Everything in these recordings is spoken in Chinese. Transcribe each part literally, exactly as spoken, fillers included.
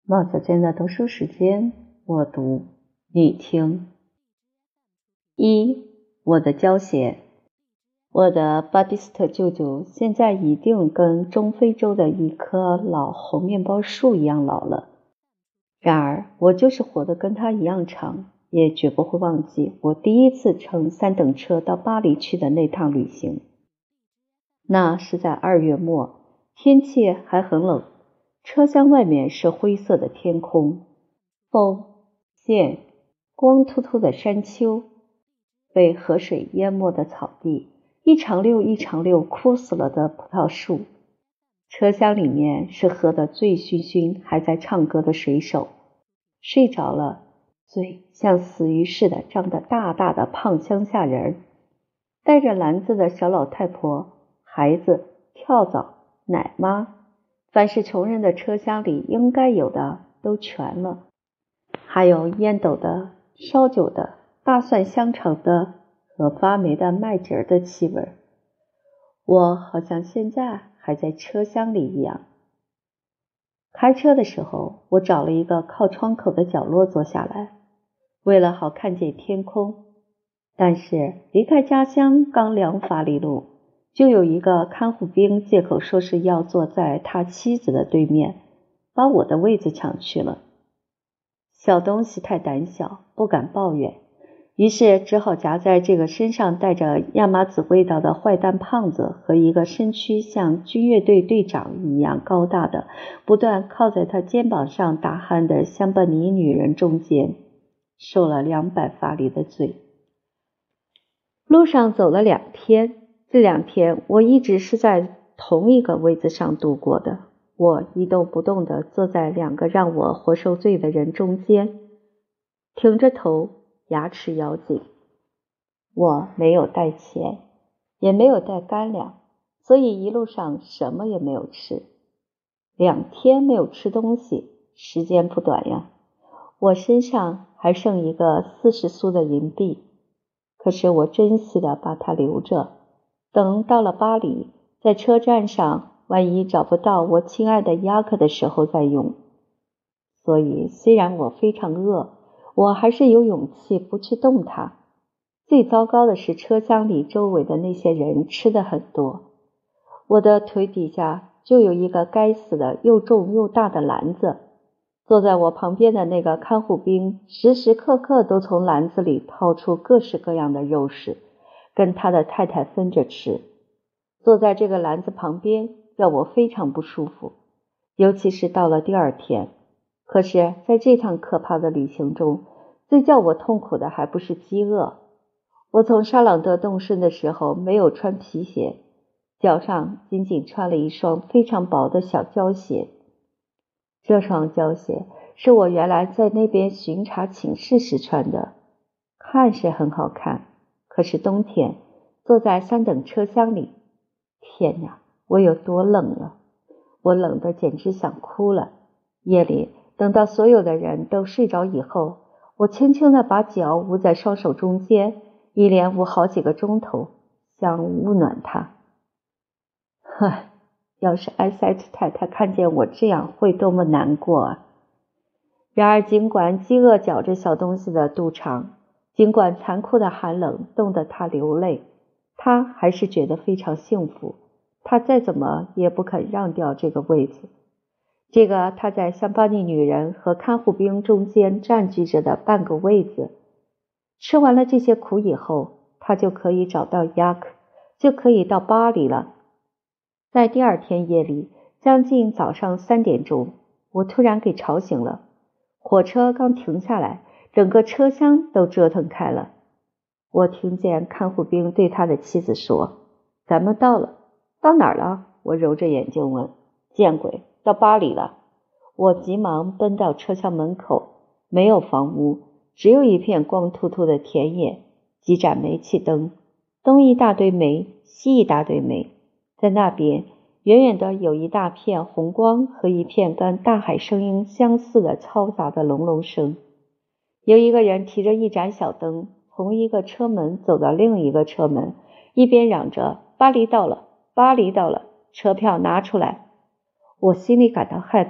冒小娟的读书时间，我读你听。一，我的胶鞋。我的巴蒂斯特舅舅现在一定跟中非洲的一棵老红面包树一样老了，然而我就是活得跟他一样长，也绝不会忘记我第一次乘三等车到巴黎去的那趟旅行。那是在二月末，天气还很冷，车厢外面是灰色的天空，风、线、光秃秃的山丘，被河水淹没的草地，一长溜一长溜枯死了的葡萄树。车厢里面是喝得醉醺醺还在唱歌的水手，睡着了，嘴像死鱼似的张得大大的胖乡下人，带着篮子的小老太婆、孩子、跳蚤、奶妈，凡是穷人的车厢里应该有的都全了，还有烟斗的、烧酒的、大蒜香肠的和发霉的麦秸的气味。我好像现在还在车厢里一样。开车的时候，我找了一个靠窗口的角落坐下来，为了好看见天空。但是离开家乡刚两法里路，就有一个看护兵借口说是要坐在他妻子的对面，把我的位子抢去了。小东西太胆小，不敢抱怨，于是只好夹在这个身上带着亚麻籽味道的坏蛋胖子和一个身躯像军乐队队长一样高大的，不断靠在他肩膀上打鼾的香巴尼女人中间，受了两百法里的罪。路上走了两天，这两天我一直是在同一个位子上度过的。我一动不动地坐在两个让我活受罪的人中间，挺着头，牙齿咬紧。我没有带钱，也没有带干粮，所以一路上什么也没有吃。两天没有吃东西，时间不短呀。我身上还剩一个四十苏的银币，可是我珍惜地把它留着，等到了巴黎，在车站上万一找不到我亲爱的雅克的时候再用。所以虽然我非常饿，我还是有勇气不去动它。最糟糕的是车厢里周围的那些人吃的很多，我的腿底下就有一个该死的又重又大的篮子，坐在我旁边的那个看护兵时时刻刻都从篮子里掏出各式各样的肉食，跟他的太太分着吃。坐在这个篮子旁边让我非常不舒服，尤其是到了第二天。可是在这趟可怕的旅行中，最叫我痛苦的还不是饥饿。我从沙朗德动身的时候没有穿皮鞋，脚上仅仅穿了一双非常薄的小胶鞋。这双胶鞋是我原来在那边巡查寝室时穿的，看是很好看，可是冬天坐在三等车厢里，天哪，我有多冷了！我冷得简直想哭了。夜里等到所有的人都睡着以后，我轻轻地把脚捂在双手中间，一连捂好几个钟头，想捂暖它。唉，要是埃塞特太太看见我这样，会多么难过啊！然而尽管饥饿绞着小东西的肚肠，尽管残酷的寒冷冻得他流泪，他还是觉得非常幸福。他再怎么也不肯让掉这个位子，这个他在香巴尼女人和看护兵中间占据着的半个位子。吃完了这些苦以后，他就可以找到雅克，就可以到巴黎了。在第二天夜里，将近早上三点钟，我突然给吵醒了。火车刚停下来，整个车厢都折腾开了。我听见看护兵对他的妻子说：“咱们到了。”“到哪儿了？”我揉着眼睛问。“见鬼，到巴黎了。”我急忙奔到车厢门口，没有房屋，只有一片光秃秃的田野，几盏煤气灯，东一大堆煤，西一大堆煤。在那边远远的有一大片红光和一片跟大海声音相似的嘈杂的隆隆声。有一个人提着一盏小灯，从一个车门走到另一个车门，一边嚷着：“巴黎到了，巴黎到了，车票拿出来。”我心里感到害怕，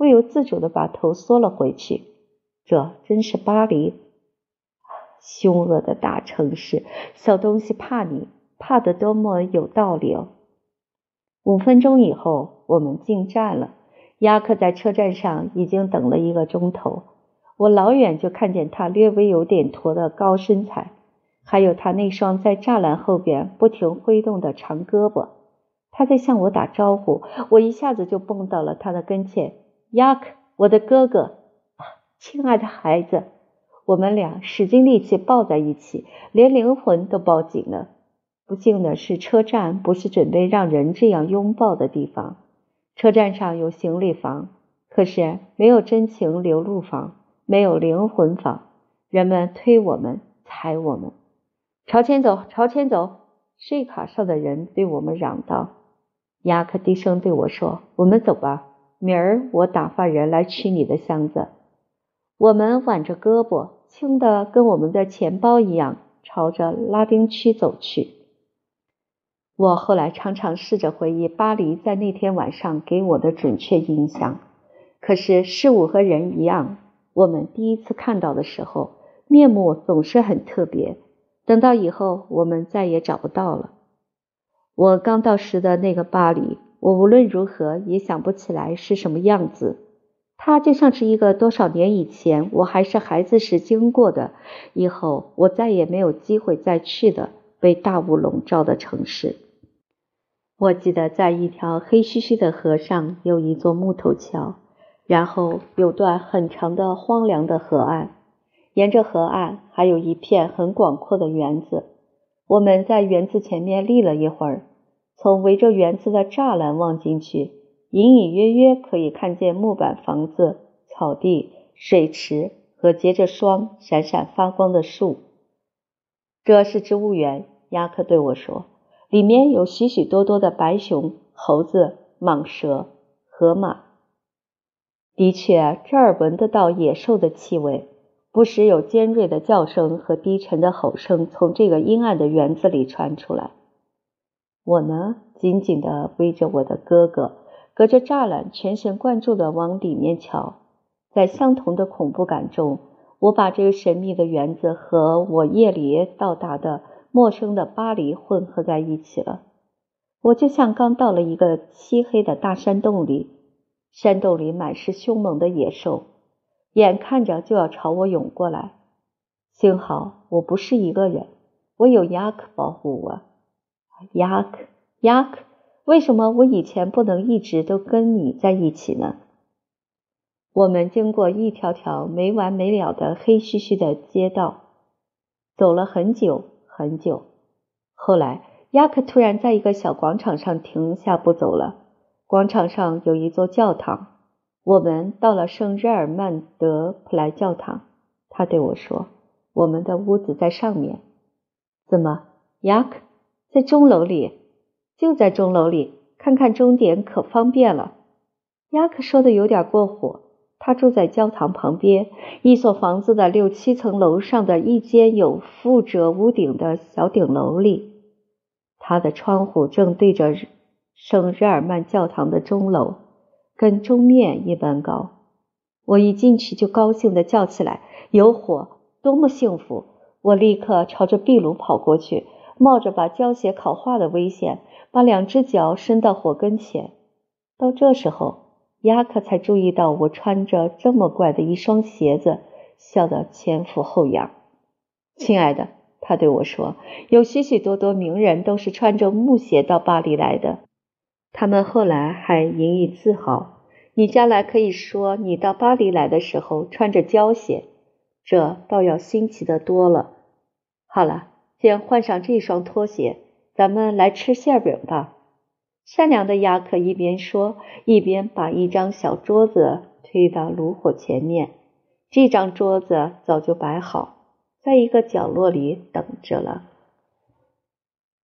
不由自主地把头缩了回去。这真是巴黎，凶恶的大城市，小东西怕你，怕得多么有道理哦。五分钟以后，我们进站了。雅克在车站上已经等了一个钟头，我老远就看见他略微有点驼的高身材，还有他那双在栅栏后边不停挥动的长胳膊。他在向我打招呼，我一下子就蹦到了他的跟前。雅克，我的哥哥，亲爱的孩子，我们俩使尽力气抱在一起，连灵魂都抱紧了。不幸的是，车站不是准备让人这样拥抱的地方。车站上有行李房，可是没有真情流露房，没有灵魂房。人们推我们，踩我们。朝前走，朝前走！税卡上的人对我们嚷道。雅克低声对我说，我们走吧，明儿我打发人来取你的箱子。我们挽着胳膊，轻的跟我们的钱包一样，朝着拉丁区走去。我后来常常试着回忆巴黎在那天晚上给我的准确印象，可是事物和人一样，我们第一次看到的时候，面目总是很特别，等到以后我们再也找不到了。我刚到时的那个巴黎，我无论如何也想不起来是什么样子，它就像是一个多少年以前我还是孩子时经过的，以后我再也没有机会再去的被大雾笼罩的城市。我记得在一条黑黢黢的河上有一座木头桥，然后有段很长的荒凉的河岸，沿着河岸还有一片很广阔的园子。我们在园子前面立了一会儿，从围着园子的栅栏望进去，隐隐约约可以看见木板房子、草地、水池和结着霜闪闪发光的树。这是植物园，雅克对我说，里面有许许多多的白熊、猴子、蟒蛇、河马。的确，这儿闻得到野兽的气味，不时有尖锐的叫声和低沉的吼声从这个阴暗的园子里传出来。我呢，紧紧地围着我的哥哥，隔着栅栏全神贯注地往里面瞧。在相同的恐怖感中，我把这个神秘的园子和我夜里到达的陌生的巴黎混合在一起了。我就像刚到了一个漆黑的大山洞里，山洞里满是凶猛的野兽，眼看着就要朝我涌过来。幸好我不是一个人，我有雅克保护我。雅克，雅克，为什么我以前不能一直都跟你在一起呢？我们经过一条条没完没了的黑黢黢的街道，走了很久很久。后来雅克突然在一个小广场上停下不走了。广场上有一座教堂，我们到了圣日耳曼德普莱教堂。他对我说，我们的屋子在上面。怎么，雅克，在钟楼里？就在钟楼里，看看钟点可方便了。雅克说的有点过火，他住在教堂旁边一所房子的六七层楼上的一间有覆着屋顶的小顶楼里，他的窗户正对着圣日耳曼教堂的钟楼，跟钟面一般高。我一进去就高兴地叫起来，有火，多么幸福！我立刻朝着壁炉跑过去，冒着把胶鞋烤化的危险，把两只脚伸到火跟前。到这时候，雅克才注意到我穿着这么怪的一双鞋子，笑得前俯后仰。亲爱的，他对我说，有许许多多名人都是穿着木鞋到巴黎来的，他们后来还引以自豪。你将来可以说你到巴黎来的时候穿着胶鞋，这倒要新奇得多了。好了，先换上这双拖鞋，咱们来吃馅饼吧。善良的雅克一边说，一边把一张小桌子推到炉火前面。这张桌子早就摆好，在一个角落里等着了。